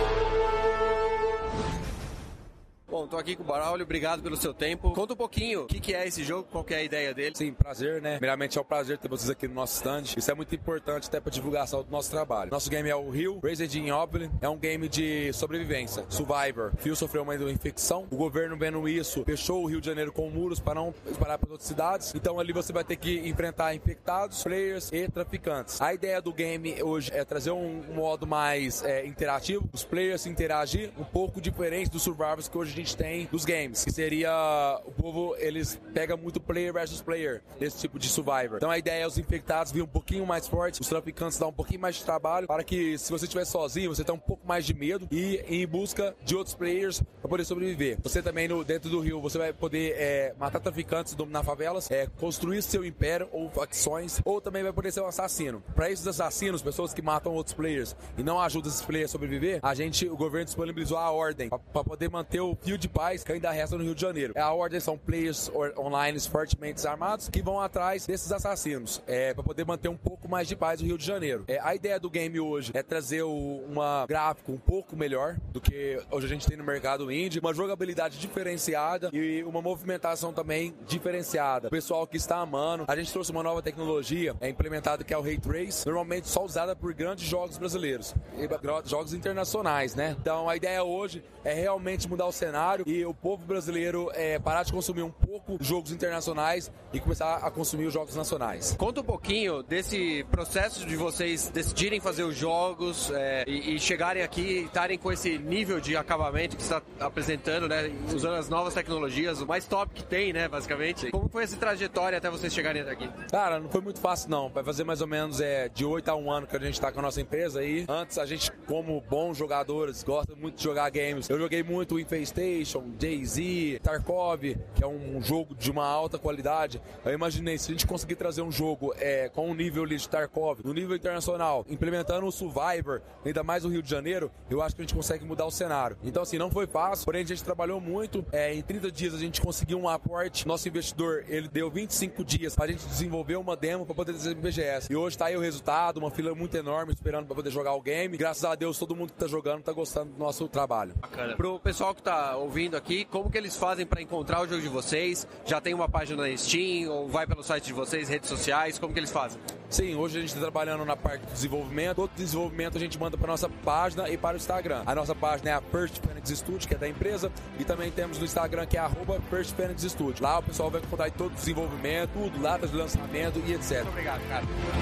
Bom, tô aqui com o Braulio, obrigado pelo seu tempo. Conta um pouquinho o que é esse jogo, qual que é a ideia dele. Sim, prazer, né? Primeiramente é um prazer ter vocês aqui no nosso stand. Isso é muito importante até pra divulgação do nosso trabalho. Nosso game é o Rio, Raised in Oblivion. É um game de sobrevivência, Survivor. O Rio sofreu uma infecção. O governo, vendo isso, fechou o Rio de Janeiro com muros para não espalhar para outras cidades. Então ali você vai ter que enfrentar infectados, players e traficantes. A ideia do game hoje é trazer um modo mais interativo. Os players interagir um pouco diferente dos Survivors que hoje a gente tem dos games, que seria o povo, eles pegam muito player versus player nesse tipo de Survivor. Então a ideia é os infectados virem um pouquinho mais fortes, os traficantes dar um pouquinho mais de trabalho, para que se você estiver sozinho, você tenha um pouco mais de medo e ir em busca de outros players para poder sobreviver. Você também dentro do Rio, você vai poder matar traficantes, dominar favelas, construir seu império ou facções, ou também vai poder ser um assassino. Para esses assassinos, pessoas que matam outros players e não ajudam esses players a sobreviver, o governo disponibilizou a ordem para poder manter o fio de paz que ainda resta no Rio de Janeiro. A ordem são players online fortemente armados que vão atrás desses assassinos para poder manter um pouco mais de paz no Rio de Janeiro. A ideia do game hoje é trazer uma gráfico um pouco melhor do que hoje a gente tem no mercado indie, uma jogabilidade diferenciada e uma movimentação também diferenciada. O pessoal que está amando, a gente trouxe uma nova tecnologia implementada que é o Ray Trace, normalmente só usada por grandes jogos brasileiros, jogos internacionais, né? Então a ideia hoje é realmente mudar o cenário e o povo brasileiro parar de consumir um pouco jogos internacionais e começar a consumir os jogos nacionais. Conta um pouquinho desse processo de vocês decidirem fazer os jogos e chegarem aqui e estarem com esse nível de acabamento que você está apresentando, né? Usando as novas tecnologias, o mais top que tem, né? Basicamente. Como foi essa trajetória até vocês chegarem até aqui? Cara, não foi muito fácil não. Vai fazer mais ou menos de 8 a 1 ano que a gente está com a nossa empresa aí. Antes a gente, como bons jogadores, gosta muito de jogar games. Eu joguei muito Infestation, Jay-Z, Tarkov, que é um jogo de uma alta qualidade. Eu imaginei, se a gente conseguir trazer um jogo com um nível ali de Tarkov, no nível internacional, implementando o Survivor, ainda mais no Rio de Janeiro, eu acho que a gente consegue mudar o cenário. Então assim, não foi fácil, porém a gente trabalhou muito. Em 30 dias a gente conseguiu um aporte. Nosso investidor, ele deu 25 dias pra gente desenvolver uma demo pra poder trazer o BGS. E hoje tá aí o resultado, uma fila muito enorme esperando pra poder jogar o game. Graças a Deus, todo mundo que tá jogando tá gostando do nosso trabalho. Bacana. Pro pessoal que tá ouvindo aqui, como que eles fazem pra encontrar o jogo de vocês? Já tem uma página na Steam ou vai pelo site de vocês, redes sociais? Como que eles fazem? Sim, hoje a gente tá trabalhando na parte do desenvolvimento. Todo desenvolvimento a gente manda pra nossa página e para o Instagram. A nossa página é a First Phoenix Studio, que é da empresa, e também temos no Instagram que é @First Phoenix Studio. Lá o pessoal vai encontrar todo o desenvolvimento, tudo, datas de lançamento e etc. Muito obrigado, cara.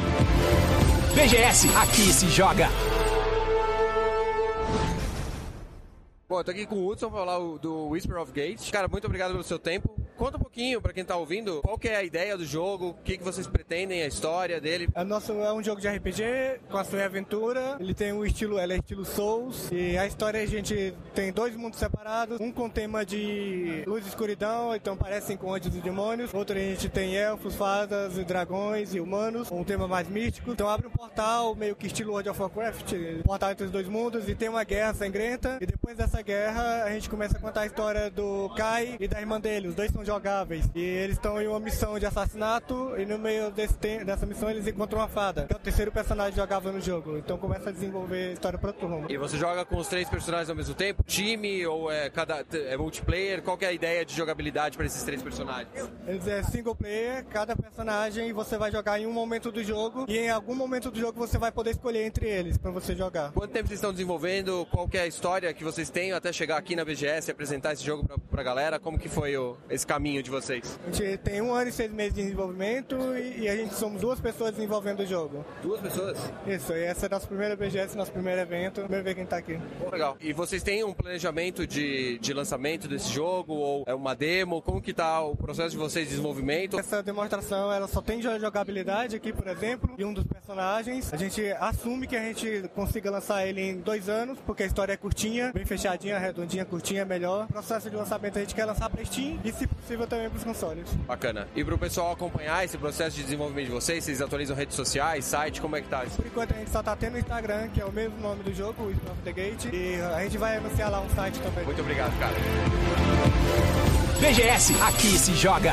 BGS, aqui se joga. Bom, eu tô aqui com o Hudson pra falar do Whisper of Gates. Cara, muito obrigado pelo seu tempo. Conta um pouquinho pra quem tá ouvindo, qual que é a ideia do jogo, o que vocês pretendem, a história dele. É um jogo de RPG com ação e aventura. Ele tem ela é estilo Souls. E a história a gente tem 2 mundos separados, um com tema de luz e escuridão, então parecem com anjos e demônios. Outro a gente tem elfos, fadas, dragões e humanos, um tema mais místico. Então abre um portal meio que estilo World of Warcraft, portal entre os 2 mundos, e tem uma guerra sangrenta. E depois dessa guerra a gente começa a contar a história do Kai e da irmã dele. Os 2 são jogáveis e eles estão em uma missão de assassinato e no meio dessa missão eles encontram uma fada, que é o 3º personagem jogável no jogo. Então começa a desenvolver a história para outro rumo. E você joga com os 3 personagens ao mesmo tempo? Time ou é multiplayer? Qual que é a ideia de jogabilidade para esses 3 personagens? Eles é single player, cada personagem você vai jogar em um momento do jogo e em algum momento do jogo você vai poder escolher entre eles para você jogar. Quanto tempo vocês estão desenvolvendo? Qual que é a história que vocês têm até chegar aqui na BGS e apresentar esse jogo pra galera? Como que foi esse caminho de vocês? A gente tem 1 ano e 6 meses de desenvolvimento e a gente somos 2 pessoas desenvolvendo o jogo. 2 pessoas? Isso, e essa é a nossa primeira BGS, nosso primeiro evento. Primeiro ver quem tá aqui. Legal. E vocês têm um planejamento de lançamento desse jogo ou é uma demo? Como que tá o processo de vocês de desenvolvimento? Essa demonstração, ela só tem jogabilidade aqui, por exemplo, e um dos personagens. A gente assume que a gente consiga lançar ele em 2 anos, porque a história é curtinha, bem fechadinha, redondinha, curtinha, melhor. O processo de lançamento a gente quer lançar para Steam e, se possível, também para os consoles. Bacana. E pro pessoal acompanhar esse processo de desenvolvimento de vocês atualizam redes sociais, site, como é que tá isso? Por enquanto a gente só tá tendo o Instagram, que é o mesmo nome do jogo, o Whisper of the Gate, e a gente vai anunciar lá um site também. Muito obrigado, cara. BGS, aqui se joga.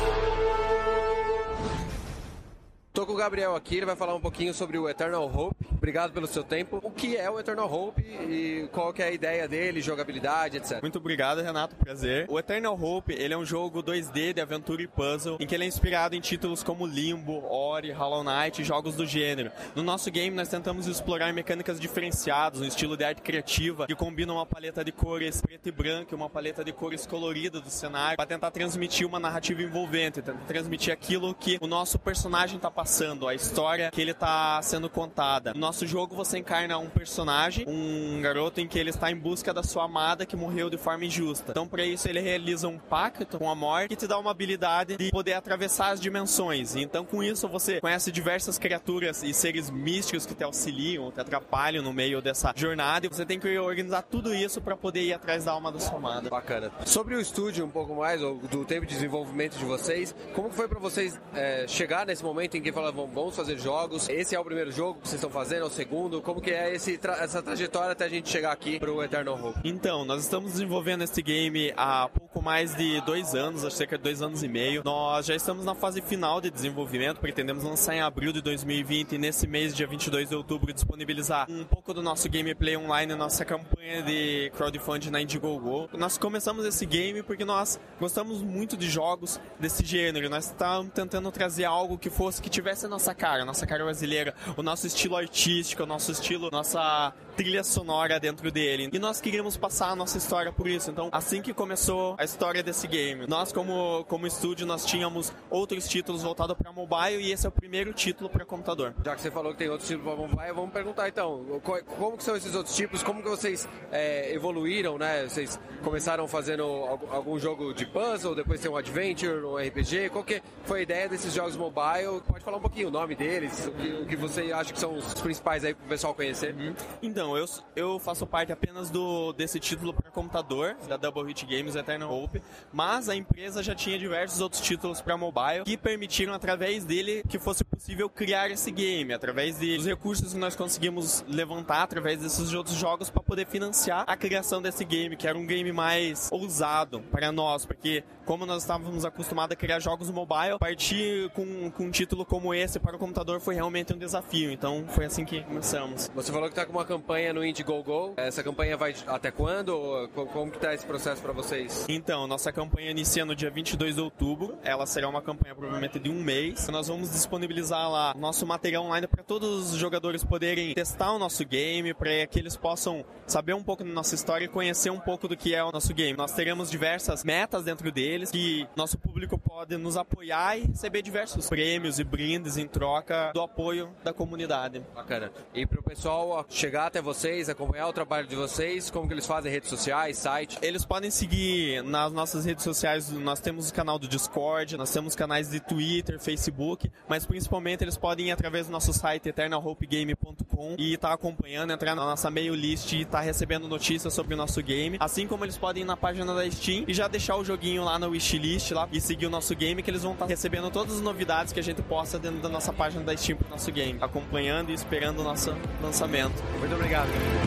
Tô com o Gabriel aqui, ele vai falar um pouquinho sobre o Eternal Hope. Obrigado pelo seu tempo. O que é o Eternal Hope e qual que é a ideia dele, jogabilidade, etc. Muito obrigado, Renato, prazer. O Eternal Hope, ele é um jogo 2D de aventura e puzzle, em que ele é inspirado em títulos como Limbo, Ori, Hollow Knight e jogos do gênero. No nosso game, nós tentamos explorar mecânicas diferenciadas, um estilo de arte criativa, que combina uma paleta de cores preto e branco e uma paleta de cores colorida do cenário, para tentar transmitir uma narrativa envolvente, tentar transmitir aquilo que o nosso personagem está passando, a história que ele está sendo contada. No nosso jogo você encarna um personagem, um garoto em que ele está em busca da sua amada que morreu de forma injusta. Então para isso ele realiza um pacto com a morte que te dá uma habilidade de poder atravessar as dimensões. Então com isso você conhece diversas criaturas e seres místicos que te auxiliam, te atrapalham no meio dessa jornada e você tem que organizar tudo isso para poder ir atrás da alma da sua amada. Bacana. Sobre o estúdio um pouco mais, ou do tempo de desenvolvimento de vocês, como foi para vocês chegar nesse momento em que falavam, vamos fazer jogos, esse é o primeiro jogo que vocês estão fazendo, é o segundo, como que é essa trajetória até a gente chegar aqui pro Eternal Hope? Então, nós estamos desenvolvendo esse game há pouco mais de 2 anos, acho cerca de 2 anos e meio. Nós já estamos na fase final de desenvolvimento, pretendemos lançar em abril de 2020 e nesse mês, dia 22 de outubro, disponibilizar um pouco do nosso gameplay online, nossa campanha de crowdfunding na Indiegogo. Nós começamos esse game porque nós gostamos muito de jogos desse gênero, nós estamos tentando trazer algo que tivesse a nossa cara brasileira, o nosso estilo artístico, o nosso estilo, nossa trilha sonora dentro dele. E nós queríamos passar a nossa história por isso. Então, assim que começou a história desse game, nós como estúdio, nós tínhamos outros títulos voltados para mobile e esse é o primeiro título para computador. Já que você falou que tem outros títulos para mobile, vamos perguntar então, como que são esses outros tipos, como que vocês evoluíram, né? Vocês começaram fazendo algum jogo de puzzle, depois tem um adventure, um RPG, qual que foi a ideia desses jogos mobile? Pode falar um pouquinho o nome deles, o que você acha que são os principais aí para o pessoal conhecer? Então, eu faço parte apenas desse título para computador, da Double Hit Games Eternal Hope, mas a empresa já tinha diversos outros títulos para mobile que permitiram, através dele, que fosse possível criar esse game, através dos recursos que nós conseguimos levantar, através desses outros jogos, para poder financiar a criação desse game, que era um game mais ousado para nós, porque como nós estávamos acostumados a criar jogos mobile, partir com um título como esse para o computador foi realmente um desafio, então foi assim que começamos. Você falou que está com uma campanha no Indiegogo, essa campanha vai até quando? Como que está esse processo para vocês? Então, nossa campanha inicia no dia 22 de outubro, ela será uma campanha provavelmente de 1 mês, nós vamos disponibilizar lá nosso material online para todos os jogadores poderem testar o nosso game, para que eles possam saber um pouco da nossa história e conhecer um pouco do que é o nosso game. Nós teremos diversas metas dentro deles, que nosso público pode nos apoiar e receber diversos prêmios e brindes em troca do apoio da comunidade. Bacana. E para o pessoal chegar até vocês, acompanhar o trabalho de vocês, como que eles fazem? Redes sociais, site? Eles podem seguir nas nossas redes sociais, nós temos o canal do Discord, nós temos canais de Twitter, Facebook, mas principalmente eles podem ir através do nosso site eternalhopegame.com e estar acompanhando, entrar na nossa mail list e estar recebendo notícias sobre o nosso game, assim como eles podem ir na página da Steam e já deixar o joguinho lá na wishlist lá, e seguir o nosso game, que eles vão estar recebendo todas as novidades que a gente posta dentro da nossa página da Steam pro nosso game, acompanhando e esperando o nosso lançamento. Muito obrigado.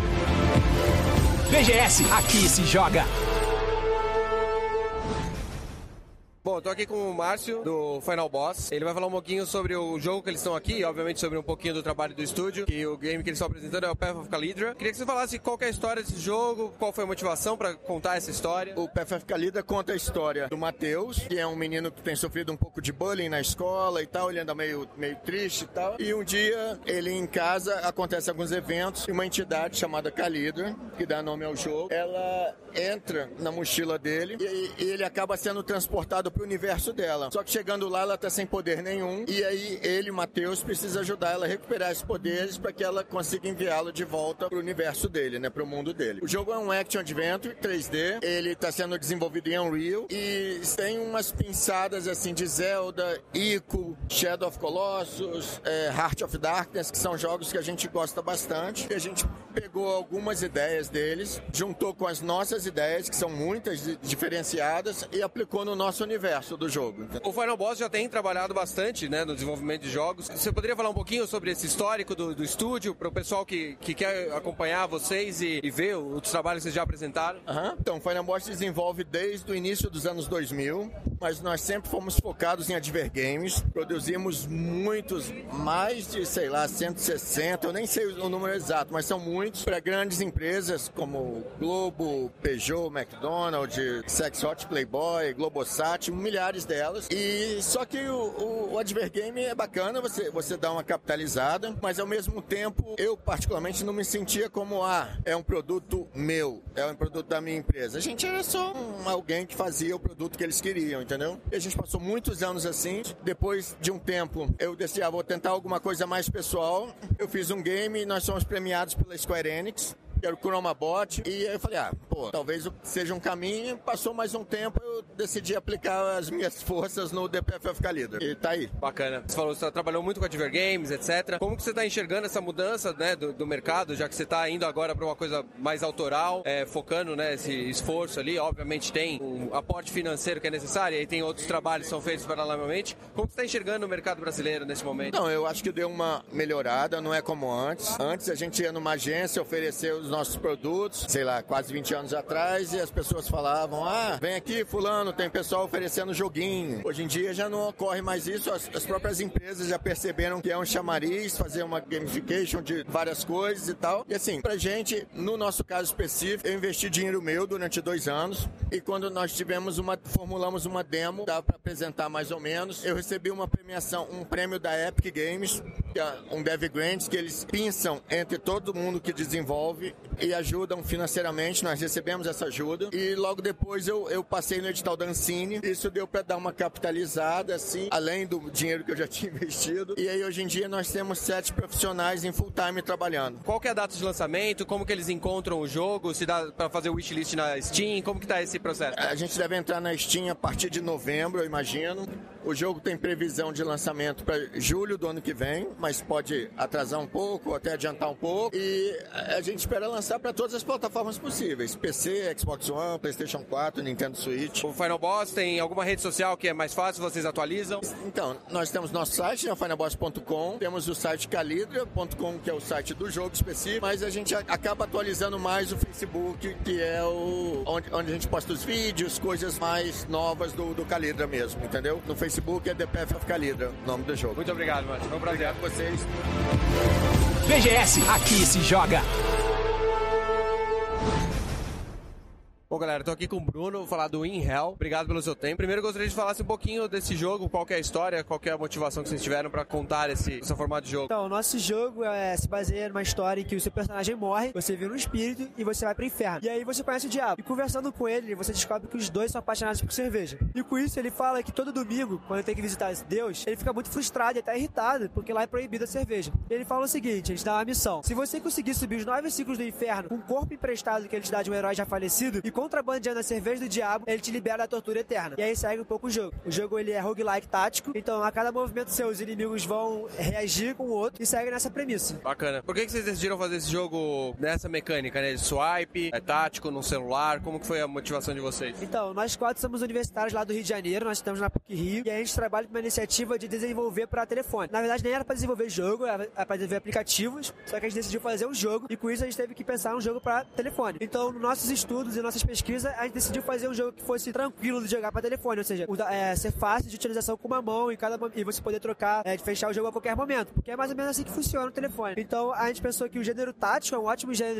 BGS, aqui se joga. Bom, tô aqui com o Márcio, do Final Boss. Ele vai falar um pouquinho sobre o jogo que eles estão aqui, e obviamente sobre um pouquinho do trabalho do estúdio, que o game que eles estão apresentando é o Path of Khalidra. Queria que você falasse qual que é a história desse jogo, qual foi a motivação para contar essa história. O Path of Khalidra conta a história do Matheus, que é um menino que tem sofrido um pouco de bullying na escola e tal, ele anda meio triste e tal. E um dia, ele em casa, acontece alguns eventos, e uma entidade chamada Khalidra, que dá nome ao jogo, ela entra na mochila dele e ele acaba sendo transportado pro universo dela. Só que chegando lá, ela tá sem poder nenhum, e aí ele, Matheus, precisa ajudar ela a recuperar esses poderes para que ela consiga enviá-lo de volta pro universo dele, né, pro mundo dele. O jogo é um action adventure 3D, ele tá sendo desenvolvido em Unreal e tem umas pinçadas assim de Zelda, Ico, Shadow of Colossus, Heart of Darkness, que são jogos que a gente gosta bastante, e a gente pegou algumas ideias deles, juntou com as nossas ideias, que são muitas diferenciadas, e aplicou no nosso universo do jogo. O Final Boss já tem trabalhado bastante, né, no desenvolvimento de jogos. Você poderia falar um pouquinho sobre esse histórico do estúdio, para o pessoal que quer acompanhar vocês e ver os trabalhos que vocês já apresentaram? Então, o Final Boss desenvolve desde o início dos anos 2000, mas nós sempre fomos focados em Advergames, produzimos muitos, mais de, 160, eu nem sei o número exato, mas são muitos, para grandes empresas como Globo, Peugeot, McDonald's, Sex Hot, Playboy, Globosat, milhares delas. E só que o Advergame é bacana, você dá uma capitalizada, mas ao mesmo tempo, eu particularmente não me sentia como, é um produto meu, é um produto da minha empresa. A gente era só alguém que fazia o produto que eles queriam, entendeu? E a gente passou muitos anos assim. Depois de um tempo, eu decidi, vou tentar alguma coisa mais pessoal. Eu fiz um game e nós fomos premiados pela Square Enix, que era o Chromabot, e aí eu falei, talvez seja um caminho. Passou mais um tempo, eu decidi aplicar as minhas forças no The Path of Calidra, e tá aí. Bacana. Você falou que você trabalhou muito com Advergames, etc. Como que você tá enxergando essa mudança, né, do mercado, já que você tá indo agora para uma coisa mais autoral, focando, né, esse esforço ali? Obviamente tem um aporte financeiro que é necessário, e aí tem outros trabalhos que são feitos paralelamente. Como que você tá enxergando o mercado brasileiro nesse momento? Não, eu acho que deu uma melhorada, não é como antes. Antes a gente ia numa agência oferecer os nossos produtos, quase 20 anos atrás, e as pessoas falavam, vem aqui fulano, tem pessoal oferecendo joguinho. Hoje em dia já não ocorre mais isso, as próprias empresas já perceberam que é um chamariz, fazer uma gamification de várias coisas e tal. E assim, pra gente, no nosso caso específico, eu investi dinheiro meu durante 2 anos, e quando nós formulamos uma demo, dá pra apresentar mais ou menos, eu recebi uma premiação, um prêmio da Epic Games, que é um Dev Grants, que eles pinçam entre todo mundo que desenvolve e ajudam financeiramente. Nós recebemos essa ajuda, e logo depois eu passei no edital da Ancine. Isso deu para dar uma capitalizada, assim, além do dinheiro que eu já tinha investido, e aí hoje em dia nós temos 7 profissionais em full time trabalhando. Qual que é a data de lançamento? Como que eles encontram o jogo? Se dá para fazer o wishlist na Steam? Como que tá esse processo? A gente deve entrar na Steam a partir de novembro, eu imagino. O jogo tem previsão de lançamento para julho do ano que vem, mas pode atrasar um pouco, ou até adiantar um pouco, e a gente espera lançar para todas as plataformas possíveis: PC, Xbox One, PlayStation 4, Nintendo Switch. O Final Boss tem alguma rede social que é mais fácil, vocês atualizam? Então, nós temos nosso site, finalboss.com, temos o site calidra.com, que é o site do jogo específico, mas a gente acaba atualizando mais o Facebook, que é onde a gente posta os vídeos, coisas mais novas do Calidra mesmo, entendeu? No Facebook é The Path of Calidra, o nome do jogo. Muito obrigado, mano. Foi um prazer. Obrigado a vocês. BGS, aqui se joga. Bom, galera, tô aqui com o Bruno, vou falar do In Hell. Obrigado pelo seu tempo. Primeiro, eu gostaria de falar um pouquinho desse jogo, qual que é a história, qual que é a motivação que vocês tiveram pra contar esse formato de jogo. Então, o nosso jogo se baseia numa história em que o seu personagem morre, você vira um espírito e você vai pro inferno. E aí você conhece o diabo. E conversando com ele, você descobre que os dois são apaixonados por cerveja. E com isso, ele fala que todo domingo, quando ele tem que visitar esse Deus, ele fica muito frustrado e até irritado, porque lá é proibida a cerveja. E ele fala o seguinte, a gente dá uma missão: se você conseguir subir os 9 ciclos do inferno com o corpo emprestado que ele te dá de um herói já falecido e contrabandeando a cerveja do diabo, ele te libera da tortura eterna. E aí segue um pouco o jogo. O jogo, ele é roguelike tático, então a cada movimento seus inimigos vão reagir com o outro, e segue nessa premissa. Bacana. Por que vocês decidiram fazer esse jogo nessa mecânica, né? De swipe, tático, no celular? Como que foi a motivação de vocês? Então, nós 4 somos universitários lá do Rio de Janeiro, nós estamos na PUC Rio, e a gente trabalha com uma iniciativa de desenvolver para telefone. Na verdade, nem era para desenvolver jogo, era para desenvolver aplicativos, só que a gente decidiu fazer um jogo, e com isso a gente teve que pensar um jogo para telefone. Então, nos nossos estudos e nossas pesquisas, a gente decidiu fazer um jogo que fosse tranquilo de jogar para telefone, ou seja, ser fácil de utilização com uma mão e você poder trocar, de fechar o jogo a qualquer momento, porque é mais ou menos assim que funciona o telefone. Então, a gente pensou que o gênero tático é um ótimo gênero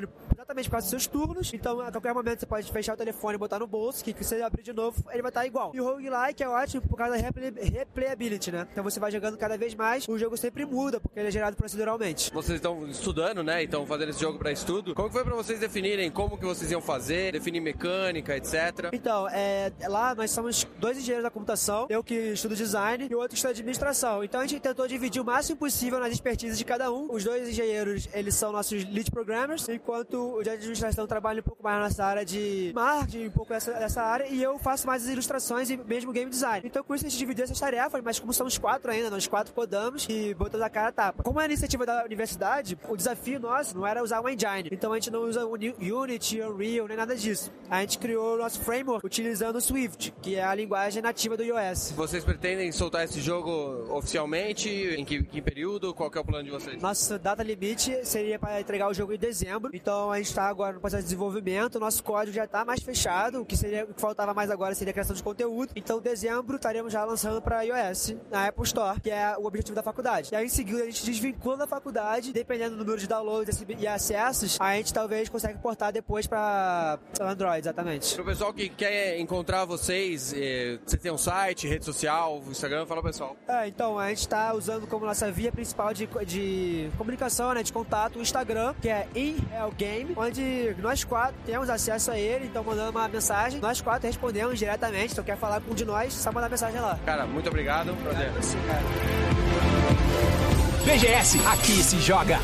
exatamente por causa dos seus turnos. Então, a qualquer momento você pode fechar o telefone e botar no bolso, que você abrir de novo, ele vai estar igual. E o roguelike é ótimo por causa da replayability, né? Então você vai jogando cada vez mais, o jogo sempre muda, porque ele é gerado proceduralmente. Vocês estão estudando, né? Então fazendo esse jogo pra estudo. Como que foi pra vocês definirem como que vocês iam fazer, definir mecânica, etc? Então, lá nós somos 2 engenheiros da computação, eu que estudo design e o outro que estuda administração. Então a gente tentou dividir o máximo possível nas expertises de cada um. Os 2 engenheiros, eles são nossos lead programmers, enquanto o de administração trabalha um pouco mais nessa área de marketing, um pouco essa área, e eu faço mais as ilustrações e mesmo game design. Então com isso a gente dividiu essas tarefas, mas como somos 4 ainda, nós 4 codamos e botamos a cara a tapa. Como é a iniciativa da universidade, o desafio nosso não era usar uma engine. Então a gente não usa Unity, Unreal, nem nada disso. A gente criou o nosso framework utilizando o Swift, que é a linguagem nativa do iOS. Vocês pretendem soltar esse jogo oficialmente? Em que período? Qual que é o plano de vocês? Nossa data limite seria para entregar o jogo em dezembro. Então a gente está agora no processo de desenvolvimento. O nosso código já está mais fechado. O que faltava mais agora seria a criação de conteúdo. Então, em dezembro, estaremos já lançando para iOS na Apple Store, que é o objetivo da faculdade. E aí, em seguida, a gente desvincula da faculdade, dependendo do número de downloads e acessos, a gente talvez consiga portar depois para Android, exatamente. Para o pessoal que quer encontrar vocês, você tem um site, rede social, Instagram, fala pessoal. Então, a gente está usando como nossa via principal de comunicação, né, de contato, o Instagram, que é InHellGame, onde nós 4 temos acesso a ele, então mandando uma mensagem, nós 4 respondemos diretamente, então quer falar com um de nós, só mandar mensagem lá. Cara, muito obrigado. Prazer. Sim, cara. BGS, aqui se joga.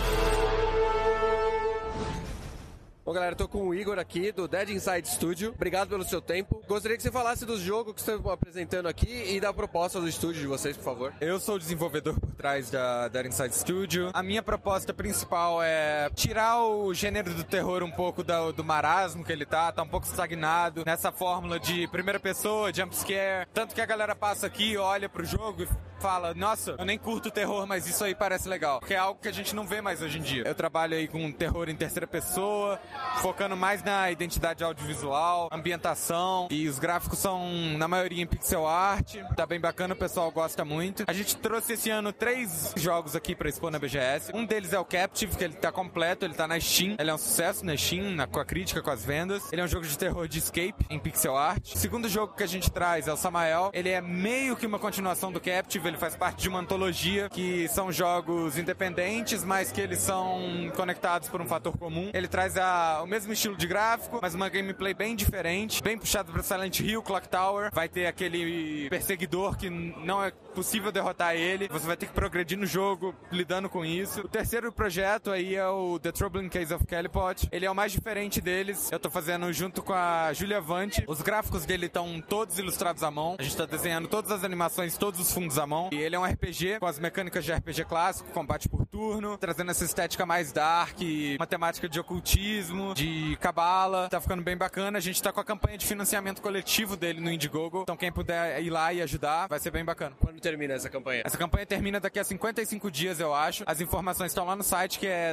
Bom, galera, tô com o Igor aqui do Dead Inside Studio. Obrigado pelo seu tempo. Gostaria que você falasse do jogo que você está apresentando aqui e da proposta do estúdio de vocês, por favor. Eu sou o desenvolvedor por trás da Dead Inside Studio. A minha proposta principal é tirar o gênero do terror um pouco do marasmo que ele tá um pouco estagnado nessa fórmula de primeira pessoa, jump scare. Tanto que a galera passa aqui, olha pro jogo e fala, nossa, eu nem curto terror, mas isso aí parece legal. Porque é algo que a gente não vê mais hoje em dia. Eu trabalho aí com terror em terceira pessoa, focando mais na identidade audiovisual, ambientação, e os gráficos são, na maioria, em pixel art. Tá bem bacana, o pessoal gosta muito. A gente trouxe esse ano 3 jogos aqui pra expor na BGS. Um deles é o Captive, que ele tá completo, ele tá na Steam. Ele é um sucesso na Steam, com a crítica, com as vendas. Ele é um jogo de terror de escape, em pixel art. O segundo jogo que a gente traz é o Samael. Ele é meio que uma continuação do Captive, ele faz parte de uma antologia, que são jogos independentes, mas que eles são conectados por um fator comum. Ele traz o mesmo estilo de gráfico, mas uma gameplay bem diferente, bem puxado para Silent Hill, Clock Tower. Vai ter aquele perseguidor que não é possível derrotar ele. Você vai ter que progredir no jogo lidando com isso. O terceiro projeto aí é o The Troubling Case of Callipot. Ele é o mais diferente deles. Eu tô fazendo junto com a Julia Vante. Os gráficos dele estão todos ilustrados à mão. A gente tá desenhando todas as animações, todos os fundos à mão. E ele é um RPG com as mecânicas de RPG clássico, combate por turno, trazendo essa estética mais dark, uma temática de ocultismo, de cabala. Tá ficando bem bacana. A gente tá com a campanha de financiamento coletivo dele no Indiegogo. Então quem puder ir lá e ajudar, vai ser bem bacana. Quando termina essa campanha? Essa campanha termina daqui a 55 dias, eu acho. As informações estão lá no site, que é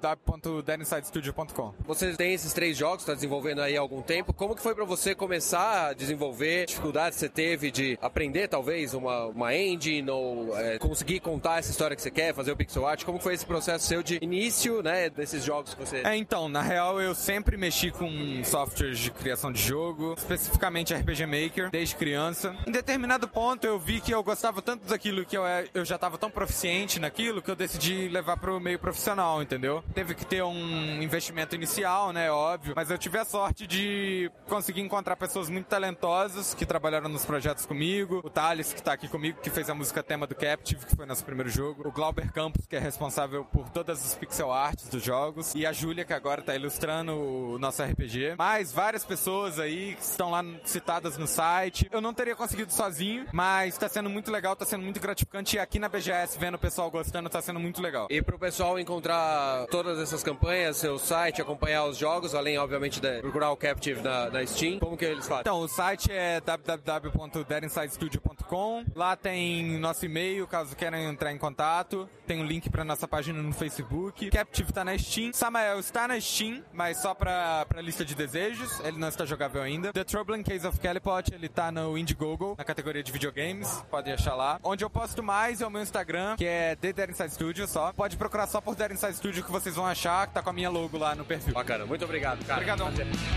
www.deadinsidestudio.com. Você tem esses 3 jogos, tá desenvolvendo aí há algum tempo. Como que foi pra você começar a desenvolver? Dificuldades você teve de aprender, talvez, uma engine ou conseguir contar essa história que você quer, fazer o pixel art? Como foi esse processo seu de início, né, desses jogos que você... Então, na real, eu sempre mexi com softwares de criação de jogo, especificamente RPG Maker, desde criança. Em determinado ponto, eu vi que eu gostava tanto daquilo que eu já estava tão proficiente naquilo que eu decidi levar pro meio profissional, entendeu? Teve que ter um investimento inicial, né, óbvio, mas eu tive a sorte de conseguir encontrar pessoas muito talentosas que trabalharam nos projetos comigo. O Thales, que tá aqui comigo, que fez a música tema do Captive, que foi nosso primeiro jogo. O Glauber Campos, que é responsável por todas as pixel arts dos jogos. E a Júlia, que agora tá ilustrando o nosso RPG. Mais várias pessoas aí que estão lá citadas no site. Eu não teria conseguido sozinho, mas tá sendo muito legal, tá sendo muito gratificante. E aqui na BGS, vendo o pessoal gostando, tá sendo muito legal. E pro pessoal encontrar todas essas campanhas, seu site, acompanhar os jogos, além, obviamente, de procurar o Captive na Steam, como que eles fazem? Então, o site é www.deadinsidestudio.com. Capcom. Lá tem nosso e-mail, caso queiram entrar em contato. Tem um link pra nossa página no Facebook. Captive tá na Steam. Samael está na Steam, mas só pra lista de desejos. Ele não está jogável ainda. The Troubling Case of Calipot, ele tá no Indiegogo, na categoria de videogames. Pode achar lá. Onde eu posto mais é o meu Instagram, que é The Dead Inside Studio só. Pode procurar só por Dead Inside Studio que vocês vão achar, que tá com a minha logo lá no perfil. Bacana, muito obrigado, cara. Obrigadão.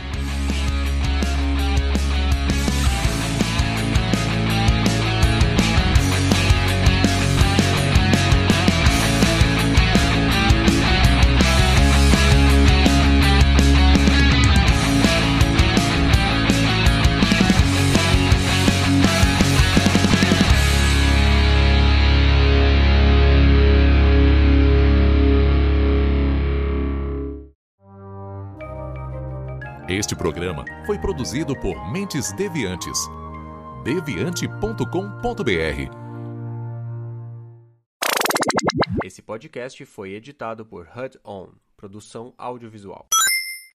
Este programa foi produzido por Mentes Deviantes. deviante.com.br. Esse podcast foi editado por HUD On, produção audiovisual.